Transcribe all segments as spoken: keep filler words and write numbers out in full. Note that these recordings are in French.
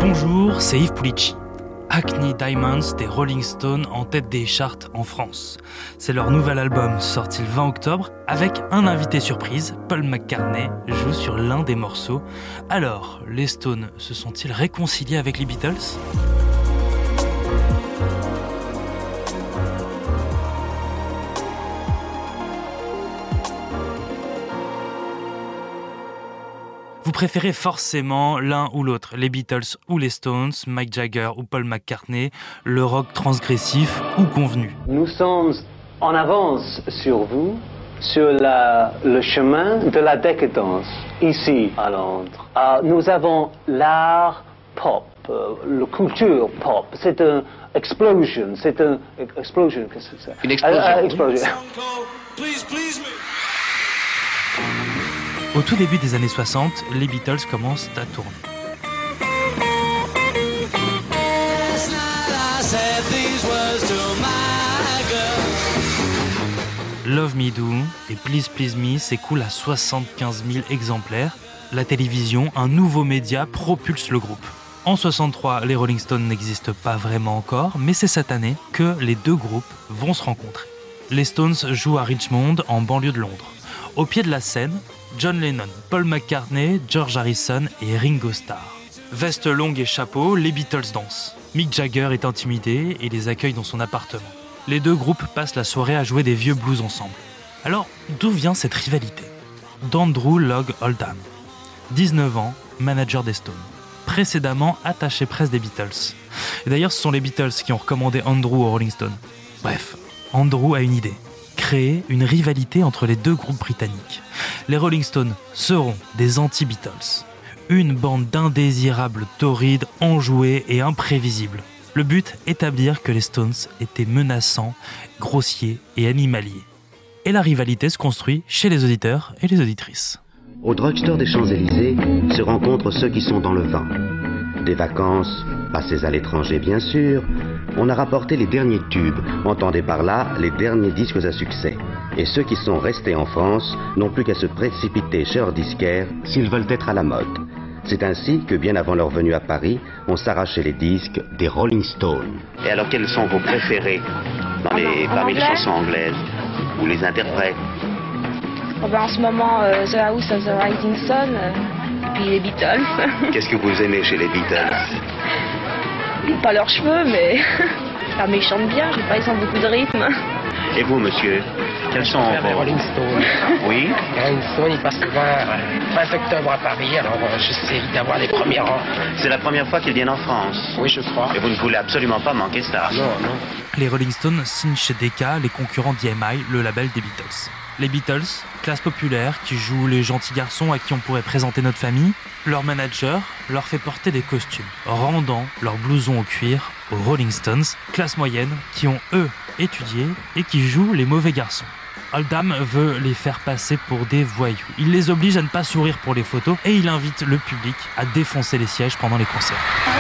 Bonjour, c'est Yves Pulici. Hackney Diamonds des Rolling Stones en tête des charts en France. C'est leur nouvel album sorti le vingt octobre avec un invité surprise, Paul McCartney joue sur l'un des morceaux. Alors, les Stones se sont-ils réconciliés avec les Beatles ? Vous préférez forcément l'un ou l'autre, les Beatles ou les Stones, Mick Jagger ou Paul McCartney, le rock transgressif ou convenu. Nous sommes en avance sur vous, sur la, le chemin de la décadence, ici à Londres. Euh, nous avons l'art pop, euh, la culture pop, c'est une explosion, c'est une explosion, qu'est-ce que c'est ? Une explosion. Euh, euh, explosion. Au tout début des années soixante, les Beatles commencent à tourner. Love Me Do et Please Please Me s'écoulent à soixante-quinze mille exemplaires. La télévision, un nouveau média, propulse le groupe. En soixante-trois, les Rolling Stones n'existent pas vraiment encore, mais c'est cette année que les deux groupes vont se rencontrer. Les Stones jouent à Richmond, en banlieue de Londres. Au pied de la scène, John Lennon, Paul McCartney, George Harrison et Ringo Starr. Veste longue et chapeau, les Beatles dansent. Mick Jagger est intimidé et les accueille dans son appartement. Les deux groupes passent la soirée à jouer des vieux blues ensemble. Alors, d'où vient cette rivalité ? D'Andrew Loog Oldham, dix-neuf ans, manager des Stones. Précédemment attaché presse des Beatles. Et d'ailleurs, ce sont les Beatles qui ont recommandé Andrew aux Rolling Stones. Bref, Andrew a une idée. Créer une rivalité entre les deux groupes britanniques. Les Rolling Stones seront des anti-Beatles. Une bande d'indésirables taurides, enjoués et imprévisibles. Le but, établir que les Stones étaient menaçants, grossiers et animaliers. Et la rivalité se construit chez les auditeurs et les auditrices. Au drugstore des Champs-Élysées se rencontrent ceux qui sont dans le vent. Des vacances, passées à l'étranger bien sûr, on a rapporté les derniers tubes, entendez par là les derniers disques à succès. Et ceux qui sont restés en France n'ont plus qu'à se précipiter chez leurs disquaires s'ils veulent être à la mode. C'est ainsi que bien avant leur venue à Paris, on s'arrachait les disques des Rolling Stones. Et alors, quels sont vos préférés dans les, parmi les chansons anglaises ou les interprètes? Oh ben, en ce moment, euh, The House of the Rising Sun, euh, et puis les Beatles. Qu'est-ce que vous aimez chez les Beatles? Pas leurs cheveux, mais ah, mais ils chantent bien, je sais pas, ils ont beaucoup de rythme. Et vous, monsieur, quels sont vos... Les Rolling Stones. Oui. Les Rolling Stones, ils passent souvent le vingt octobre à Paris, alors euh, j'essaie d'avoir les premiers rangs. C'est la première fois qu'ils viennent en France. Oui, je crois. Et vous ne voulez absolument pas manquer ça. Non, non. Les Rolling Stones signent chez Decca, les concurrents d'E M I, le label des Beatles. Les Beatles, classe populaire qui joue les gentils garçons à qui on pourrait présenter notre famille, leur manager leur fait porter des costumes, rendant leurs blousons au cuir aux Rolling Stones, classe moyenne, qui ont eux étudié et qui jouent les mauvais garçons. Oldham veut les faire passer pour des voyous. Il les oblige à ne pas sourire pour les photos et il invite le public à défoncer les sièges pendant les concerts.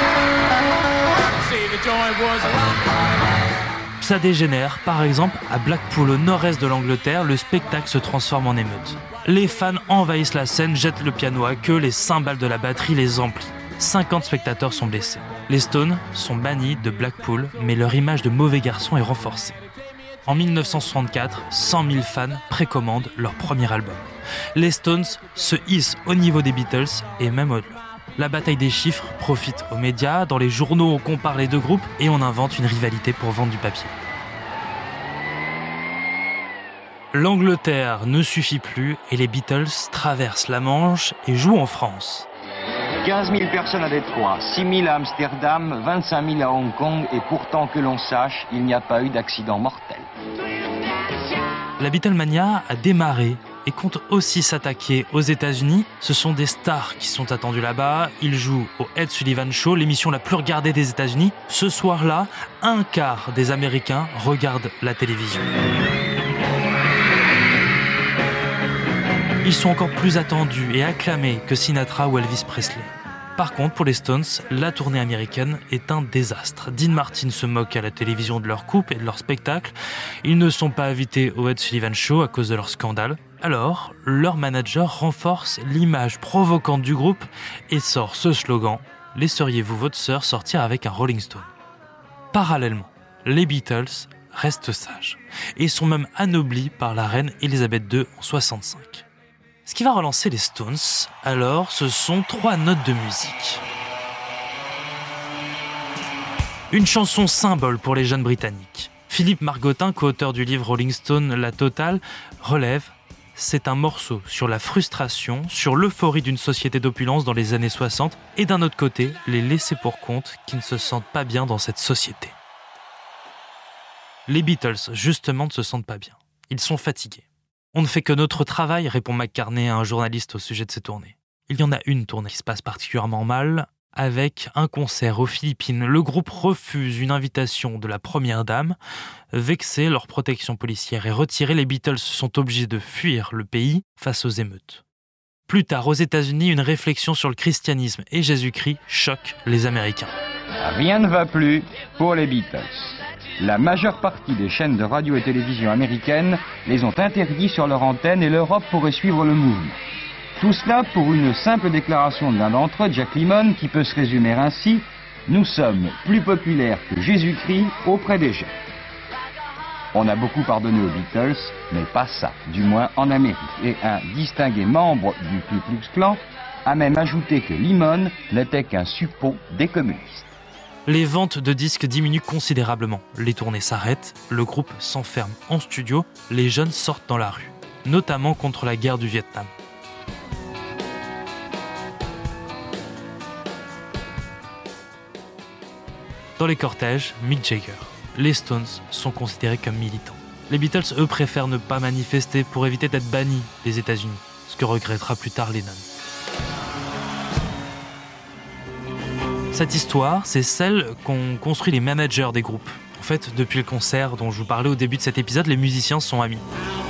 Ça dégénère, par exemple, à Blackpool, au nord-est de l'Angleterre, le spectacle se transforme en émeute. Les fans envahissent la scène, jettent le piano à queue, les cymbales de la batterie les emplissent. cinquante spectateurs sont blessés. Les Stones sont bannis de Blackpool, mais leur image de mauvais garçon est renforcée. En dix-neuf cent soixante-quatre, cent mille fans précommandent leur premier album. Les Stones se hissent au niveau des Beatles et même au-delà. La bataille des chiffres profite aux médias, dans les journaux on compare les deux groupes et on invente une rivalité pour vendre du papier. L'Angleterre ne suffit plus et les Beatles traversent la Manche et jouent en France. quinze mille personnes à Détroit, six mille à Amsterdam, vingt-cinq mille à Hong Kong et pourtant que l'on sache, il n'y a pas eu d'accident mortel. La Beatlemania a démarré et compte aussi s'attaquer aux États-Unis. Ce sont des stars qui sont attendues là-bas. Ils jouent au Ed Sullivan Show, l'émission la plus regardée des États-Unis. Ce soir-là, un quart des Américains regardent la télévision. Ils sont encore plus attendus et acclamés que Sinatra ou Elvis Presley. Par contre, pour les Stones, la tournée américaine est un désastre. Dean Martin se moque à la télévision de leur couple et de leur spectacle. Ils ne sont pas invités au Ed Sullivan Show à cause de leur scandale. Alors, leur manager renforce l'image provocante du groupe et sort ce slogan laisseriez-vous votre sœur sortir avec un Rolling Stone ? Parallèlement, les Beatles restent sages et sont même anoblis par la reine Elisabeth deux en soixante-cinq. Ce qui va relancer les Stones, alors, ce sont trois notes de musique. Une chanson symbole pour les jeunes Britanniques. Philippe Margottin, co-auteur du livre Rolling Stone, La Totale, relève « C'est un morceau sur la frustration, sur l'euphorie d'une société d'opulence dans les années soixante et d'un autre côté, les laissés-pour-compte qui ne se sentent pas bien dans cette société. » Les Beatles, justement, ne se sentent pas bien. Ils sont fatigués. « On ne fait que notre travail », répond McCartney à un journaliste au sujet de ces tournées. Il y en a une tournée qui se passe particulièrement mal. Avec un concert aux Philippines, le groupe refuse une invitation de la première dame. Vexés, leur protection policière est retirée, les Beatles sont obligés de fuir le pays face aux émeutes. Plus tard, aux États-Unis, une réflexion sur le christianisme et Jésus-Christ choque les Américains. Rien ne va plus pour les Beatles. La majeure partie des chaînes de radio et télévision américaines les ont interdits sur leur antenne et l'Europe pourrait suivre le mouvement. Tout cela pour une simple déclaration de l'un d'entre eux, Jack Lemmon, qui peut se résumer ainsi « Nous sommes plus populaires que Jésus-Christ auprès des jeunes ». On a beaucoup pardonné aux Beatles, mais pas ça, du moins en Amérique. Et un distingué membre du Ku Klux Klan a même ajouté que Lemmon n'était qu'un suppôt des communistes. Les ventes de disques diminuent considérablement. Les tournées s'arrêtent, le groupe s'enferme en studio, les jeunes sortent dans la rue, notamment contre la guerre du Vietnam. Dans les cortèges, Mick Jagger. Les Stones sont considérés comme militants. Les Beatles, eux, préfèrent ne pas manifester pour éviter d'être bannis des États-Unis, ce que regrettera plus tard Lennon. Cette histoire, c'est celle qu'ont construit les managers des groupes. En fait, depuis le concert dont je vous parlais au début de cet épisode, les musiciens sont amis.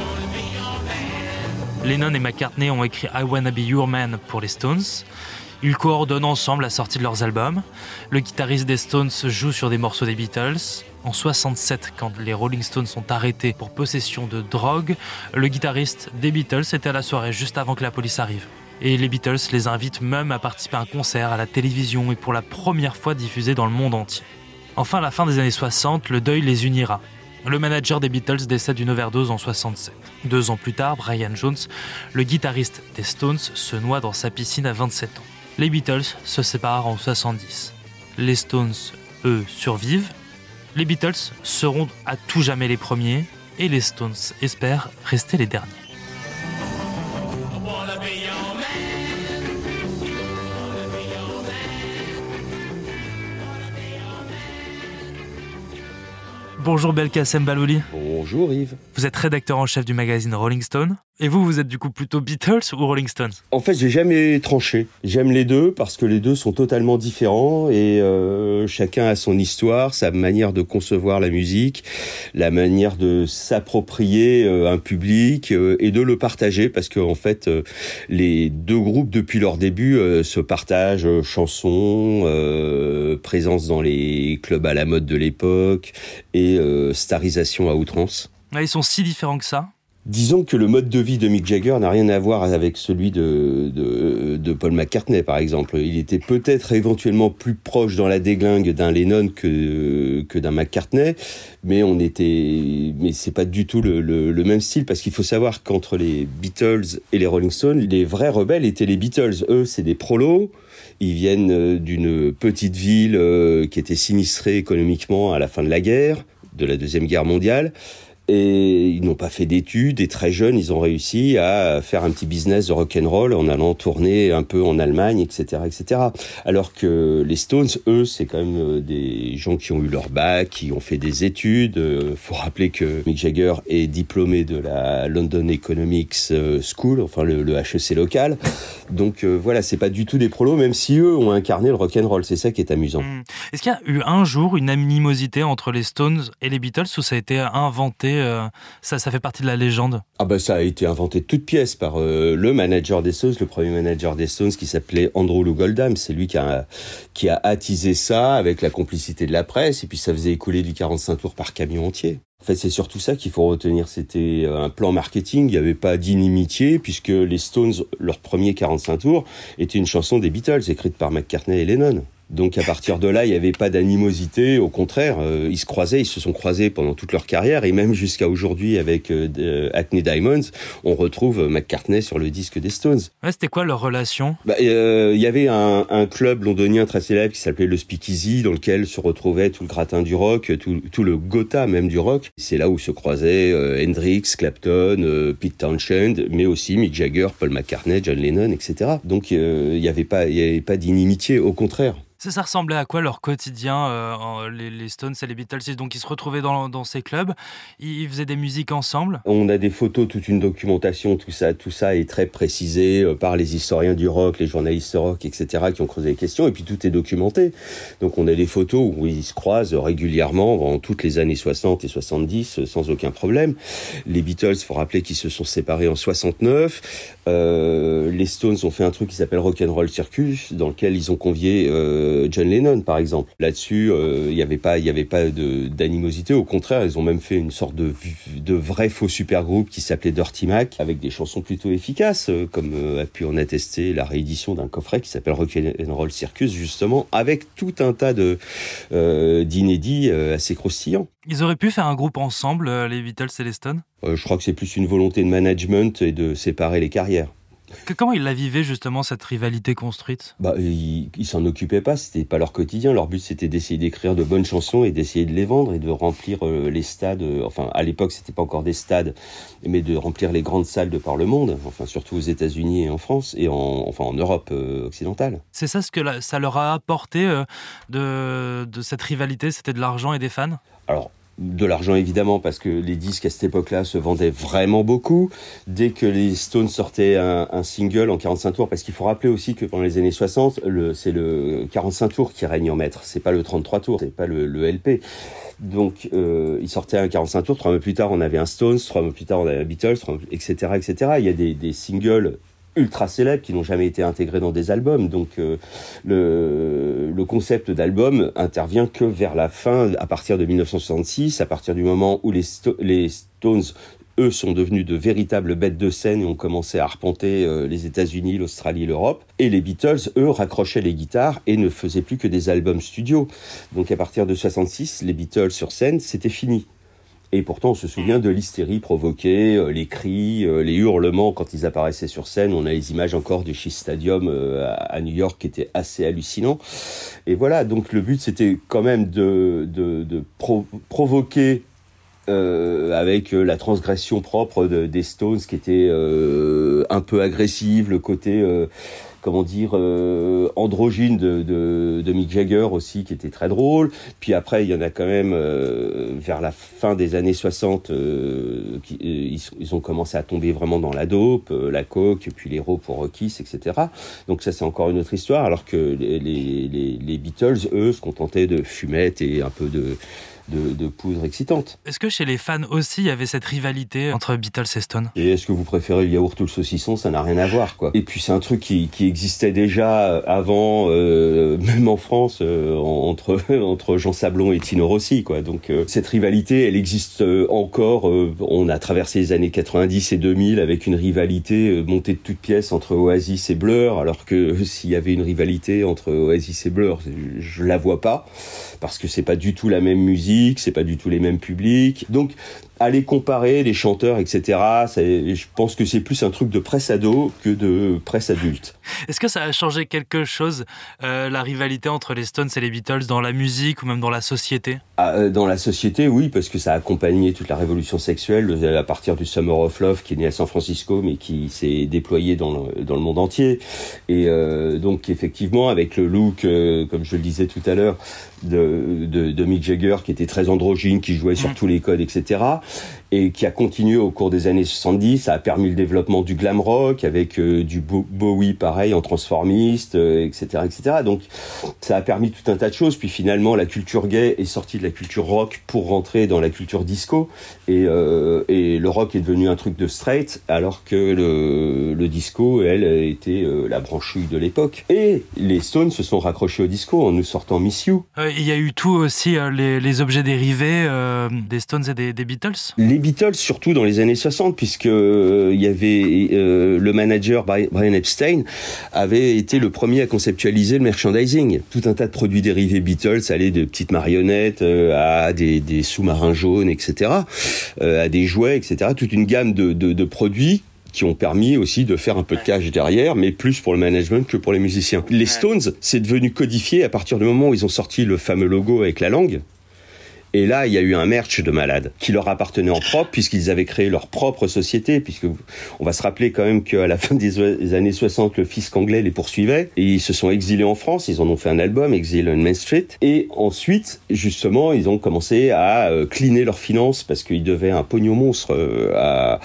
Lennon et McCartney ont écrit I Wanna Be Your Man pour les Stones. Ils coordonnent ensemble la sortie de leurs albums. Le guitariste des Stones joue sur des morceaux des Beatles. En soixante-sept, quand les Rolling Stones sont arrêtés pour possession de drogue, le guitariste des Beatles était à la soirée juste avant que la police arrive. Et les Beatles les invitent même à participer à un concert à la télévision et pour la première fois diffusé dans le monde entier. Enfin, à la fin des années soixante, le deuil les unira. Le manager des Beatles décède d'une overdose en soixante-sept. Deux ans plus tard, Brian Jones, le guitariste des Stones, se noie dans sa piscine à vingt-sept ans. Les Beatles se séparent en soixante-dix. Les Stones, eux, survivent. Les Beatles seront à tout jamais les premiers et les Stones espèrent rester les derniers. Bonjour Belkacem Balouli. Bonjour Yves. Vous êtes rédacteur en chef du magazine Rolling Stone. Et vous, vous êtes du coup plutôt Beatles ou Rolling Stones ? En fait, j'ai jamais tranché. J'aime les deux parce que les deux sont totalement différents et euh, chacun a son histoire, sa manière de concevoir la musique, la manière de s'approprier euh, un public euh, et de le partager parce que en fait, euh, les deux groupes depuis leur début euh, se partagent euh, chansons, euh, présence dans les clubs à la mode de l'époque et euh, starisation à outrance. Ah, ils sont si différents que ça ? Disons que le mode de vie de Mick Jagger n'a rien à voir avec celui de, de, de Paul McCartney, par exemple. Il était peut-être éventuellement plus proche dans la déglingue d'un Lennon que, que d'un McCartney, mais on était, mais c'est pas du tout le, le, le même style, parce qu'il faut savoir qu'entre les Beatles et les Rolling Stones, les vrais rebelles étaient les Beatles. Eux, c'est des prolos. Ils viennent d'une petite ville euh, qui était sinistrée économiquement à la fin de la guerre, de la Deuxième Guerre mondiale. Et ils n'ont pas fait d'études, et très jeunes, ils ont réussi à faire un petit business de rock'n'roll en allant tourner un peu en Allemagne, et cetera, et cetera. Alors que les Stones, eux, c'est quand même des gens qui ont eu leur bac, qui ont fait des études. Il faut rappeler que Mick Jagger est diplômé de la London Economics School, enfin le, le H E C local. Donc euh, voilà, c'est pas du tout des prolos, même si eux ont incarné le rock'n'roll. C'est ça qui est amusant. Mmh. Est-ce qu'il y a eu un jour une animosité entre les Stones et les Beatles, ou ça a été inventé? Euh, ça, ça fait partie de la légende. Ah bah ça a été inventé de toutes pièces par euh, le manager des Stones, le premier manager des Stones qui s'appelait Andrew Loog Oldham. C'est lui qui a, qui a attisé ça avec la complicité de la presse, et puis ça faisait écouler du quarante-cinq tours par camion entier. En fait, c'est surtout ça qu'il faut retenir. C'était un plan marketing. Il n'y avait pas d'inimitié puisque les Stones, leur premier quarante-cinq tours, était une chanson des Beatles écrite par McCartney et Lennon. Donc à partir de là, il n'y avait pas d'animosité, au contraire, euh, ils se croisaient, ils se sont croisés pendant toute leur carrière, et même jusqu'à aujourd'hui avec euh, Hackney Diamonds, on retrouve McCartney sur le disque des Stones. Ouais, c'était quoi leur relation ? Bah, euh, il y avait un, un club londonien très célèbre qui s'appelait le Speakeasy, dans lequel se retrouvait tout le gratin du rock, tout, tout le Gotha même du rock. C'est là où se croisaient euh, Hendrix, Clapton, euh, Pete Townshend, mais aussi Mick Jagger, Paul McCartney, John Lennon, et cetera. Donc euh, il n'y avait pas, il y avait pas d'inimitié, au contraire. Ça, ça ressemblait à quoi leur quotidien, euh, les, les Stones et les Beatles ? Donc ils se retrouvaient dans, dans ces clubs, ils faisaient des musiques ensemble. On a des photos, toute une documentation, tout ça, tout ça est très précisé par les historiens du rock, les journalistes rock, et cetera, qui ont creusé les questions, et puis tout est documenté. Donc on a des photos où ils se croisent régulièrement en toutes les années soixante et soixante-dix, sans aucun problème. Les Beatles, il faut rappeler qu'ils se sont séparés en soixante-neuf. Euh, les Stones ont fait un truc qui s'appelle Rock'n'Roll Circus, dans lequel ils ont convié euh, John Lennon, par exemple. Là-dessus, il euh, n'y avait pas, il y avait pas de, d'animosité. Au contraire, ils ont même fait une sorte de, de vrai faux supergroupe qui s'appelait Dirty Mac, avec des chansons plutôt efficaces, euh, comme euh, a pu en attester la réédition d'un coffret qui s'appelle Rock'n'Roll Circus, justement, avec tout un tas de euh, d'inédits euh, assez croustillants. Ils auraient pu faire un groupe ensemble, euh, les Beatles et les Stones ? euh, Je crois que c'est plus une volonté de management et de séparer les carrières. Que, comment ils la vivaient justement, cette rivalité construite ? Bah, ils, ils s'en occupaient pas, c'était pas leur quotidien. Leur but, c'était d'essayer d'écrire de bonnes chansons et d'essayer de les vendre et de remplir euh, les stades. Euh, enfin, à l'époque, c'était pas encore des stades, mais de remplir les grandes salles de par le monde. Enfin, surtout aux États-Unis et en France et en, enfin en Europe euh, occidentale. C'est ça ce que la, ça leur a apporté euh, de, de cette rivalité, c'était de l'argent et des fans ? Alors. De l'argent évidemment, parce que les disques à cette époque-là se vendaient vraiment beaucoup. Dès que les Stones sortaient un, un single en quarante-cinq tours, parce qu'il faut rappeler aussi que pendant les années soixante, le, c'est le quarante-cinq tours qui règne en maître, c'est pas le trente-trois tours, c'est pas le, le L P. Donc euh, ils sortaient un quarante-cinq tours, trois mois plus tard on avait un Stones, trois mois plus tard on avait un Beatles, et cetera, et cetera. Il y a des, des singles ultra célèbres qui n'ont jamais été intégrés dans des albums. Donc euh, le, le concept d'album intervient que vers la fin, à partir de dix-neuf cent soixante-six, à partir du moment où les, Sto- les Stones, eux, sont devenus de véritables bêtes de scène et ont commencé à arpenter euh, les États-Unis, l'Australie, l'Europe. Et les Beatles, eux, raccrochaient les guitares et ne faisaient plus que des albums studio. Donc à partir de soixante-six, les Beatles sur scène, c'était fini. Et pourtant, on se souvient de l'hystérie provoquée, euh, les cris, euh, les hurlements quand ils apparaissaient sur scène. On a les images encore du Shea Stadium euh, à New York qui étaient assez hallucinants. Et voilà, donc le but, c'était quand même de, de, de pro- provoquer euh, avec la transgression propre de, des Stones qui était euh, un peu agressive, le côté... Euh, comment dire, euh, androgyne de, de, de Mick Jagger aussi, qui était très drôle. Puis après, il y en a quand même, euh, vers la fin des années soixante, euh, qui, ils, ils ont commencé à tomber vraiment dans la dope, euh, la coke, puis les ros pour Kiss, et cetera. Donc ça, c'est encore une autre histoire, alors que les, les, les Beatles, eux, se contentaient de fumettes et un peu de... De, de poudre excitante. Est-ce que chez les fans aussi, il y avait cette rivalité entre Beatles et Stones ? Et est-ce que vous préférez le yaourt ou le saucisson ? Ça n'a rien à voir, quoi. Et puis c'est un truc qui, qui existait déjà avant, euh, même en France, euh, entre, entre Jean Sablon et Tino Rossi, quoi. Donc euh, cette rivalité, elle existe euh, encore. Euh, on a traversé les années quatre-vingt-dix et deux mille avec une rivalité euh, montée de toutes pièces entre Oasis et Blur, alors que euh, s'il y avait une rivalité entre Oasis et Blur, je, je la vois pas, parce que c'est pas du tout la même musique, c'est pas du tout les mêmes publics. Donc, aller comparer les chanteurs, et cetera, c'est, je pense que c'est plus un truc de presse ado que de presse adulte. Est-ce que ça a changé quelque chose, euh, la rivalité entre les Stones et les Beatles, dans la musique ou même dans la société ? Ah, dans la société, oui, parce que ça a accompagné toute la révolution sexuelle à partir du Summer of Love qui est né à San Francisco, mais qui s'est déployé dans le, dans le monde entier. Et euh, donc, effectivement, avec le look, euh, comme je le disais tout à l'heure, de, de, de Mick Jagger, qui était très androgyne, qui jouait sur tous les codes, et cetera. et qui a continué au cours des années soixante-dix. Ça a permis le développement du glam rock avec euh, du Bowie pareil en transformiste, euh, et cetera, et cetera. Donc ça a permis tout un tas de choses. Puis finalement, la culture gay est sortie de la culture rock pour rentrer dans la culture disco, et, euh, et le rock est devenu un truc de straight, alors que le, le disco, elle, était euh, la branchouille de l'époque. Et les Stones se sont raccrochés au disco en nous sortant Miss You. Euh, il y a eu tout aussi, euh, les, les objets dérivés euh, des Stones et des, des Beatles. Les Beatles, surtout dans les années soixante, puisque euh, il y avait euh, le manager Brian Epstein avait été le premier à conceptualiser le merchandising. Tout un tas de produits dérivés Beatles, allaient de petites marionnettes euh, à des, des sous-marins jaunes, et cetera, euh, à des jouets, et cetera. Toute une gamme de, de, de produits qui ont permis aussi de faire un peu de cash derrière, mais plus pour le management que pour les musiciens. Les Stones, c'est devenu codifié à partir du moment où ils ont sorti le fameux logo avec la langue. Et là, il y a eu un merch de malade qui leur appartenait en propre, puisqu'ils avaient créé leur propre société, puisque on va se rappeler quand même qu'à la fin des années soixante, le fisc anglais les poursuivait, et ils se sont exilés en France, ils en ont fait un album, Exile on Main Street, et ensuite, justement, ils ont commencé à euh, cleaner leurs finances, parce qu'ils devaient un pognon monstre euh, à...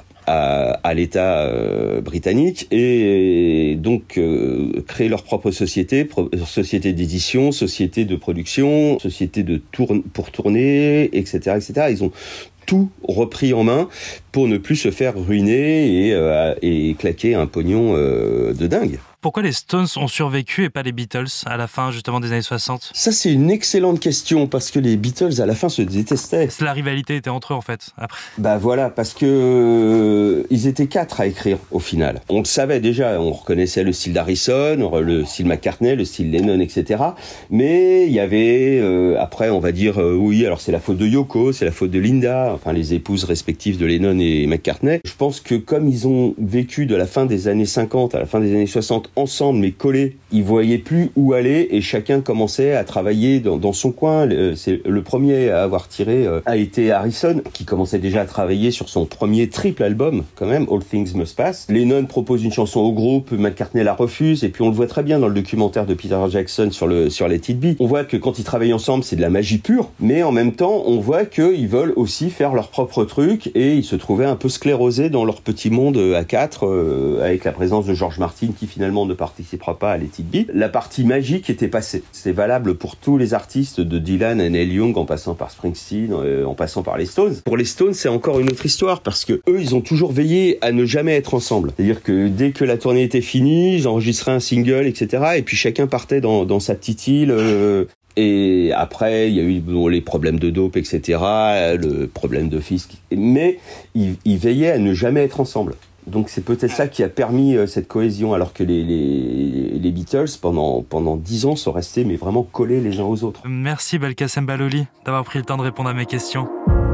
À, à l'État euh, britannique, et donc euh, créer leur propre société, pro- société d'édition, société de production, société de tourne pour tourner, et cetera, et cetera. Ils ont tout repris en main pour ne plus se faire ruiner et, euh, et claquer un pognon euh, de dingue. Pourquoi les Stones ont survécu et pas les Beatles à la fin justement des années soixante ? Ça, c'est une excellente question, parce que les Beatles à la fin se détestaient. La rivalité était entre eux en fait après. Bah voilà, parce que euh, ils étaient quatre à écrire au final. On le savait déjà, on reconnaissait le style d'Harrison, le style McCartney, le style Lennon, et cetera. Mais il y avait euh, après, on va dire euh, oui, alors c'est la faute de Yoko, c'est la faute de Linda, enfin les épouses respectives de Lennon et McCartney. Je pense que comme ils ont vécu de la fin des années cinquante à la fin des années soixante ensemble mais collés, ils voyaient plus où aller et chacun commençait à travailler dans, dans son coin. Le, c'est le premier à avoir tiré euh, a été Harrison, qui commençait déjà à travailler sur son premier triple album quand même, All Things Must Pass. Lennon propose une chanson au groupe, McCartney la refuse, et puis on le voit très bien dans le documentaire de Peter Jackson sur le sur Let It Be. On voit que quand ils travaillent ensemble, c'est de la magie pure, mais en même temps, on voit qu'ils veulent aussi faire leur propre truc, et ils se trouvaient un peu sclérosés dans leur petit monde à quatre, euh, avec la présence de George Martin qui finalement ne participera pas à Let It Be. La partie magique était passée. C'est valable pour tous les artistes, de Dylan à Neil Young, en passant par Springsteen, euh, en passant par les Stones. Pour les Stones, c'est encore une autre histoire, parce que eux, ils ont toujours veillé à ne jamais être ensemble. C'est-à-dire que dès que la tournée était finie, ils enregistraient un single, et cetera. Et puis chacun partait dans, dans sa petite île. Euh, Et après, il y a eu bon, les problèmes de dope, et cetera, le problème de fisc. Mais ils, ils veillaient à ne jamais être ensemble. Donc c'est peut-être ça qui a permis euh, cette cohésion, alors que les, les, les Beatles, pendant, pendant dix ans, sont restés mais vraiment collés les uns aux autres. Merci Belkacem Baloli d'avoir pris le temps de répondre à mes questions.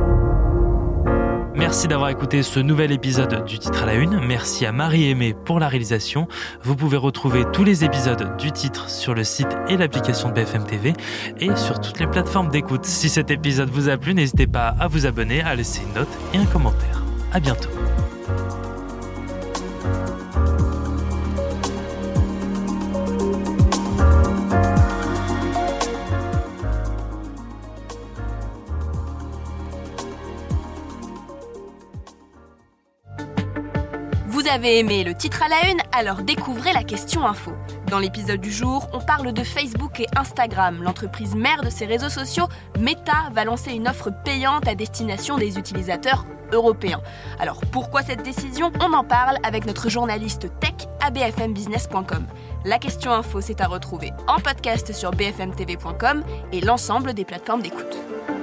Merci d'avoir écouté ce nouvel épisode du Titre à la Une. Merci à Marie-Aimée pour la réalisation. Vous pouvez retrouver tous les épisodes du Titre sur le site et l'application de B F M T V et sur toutes les plateformes d'écoute. Si cet épisode vous a plu, n'hésitez pas à vous abonner, à laisser une note et un commentaire. À bientôt. Vous avez aimé le Titre à la Une, alors découvrez la question info. Dans l'épisode du jour, on parle de Facebook et Instagram. L'entreprise mère de ces réseaux sociaux, Meta, va lancer une offre payante à destination des utilisateurs européens. Alors pourquoi cette décision ? On en parle avec notre journaliste tech à b f m business point com. La question info, c'est à retrouver en podcast sur b f m t v point com et l'ensemble des plateformes d'écoute.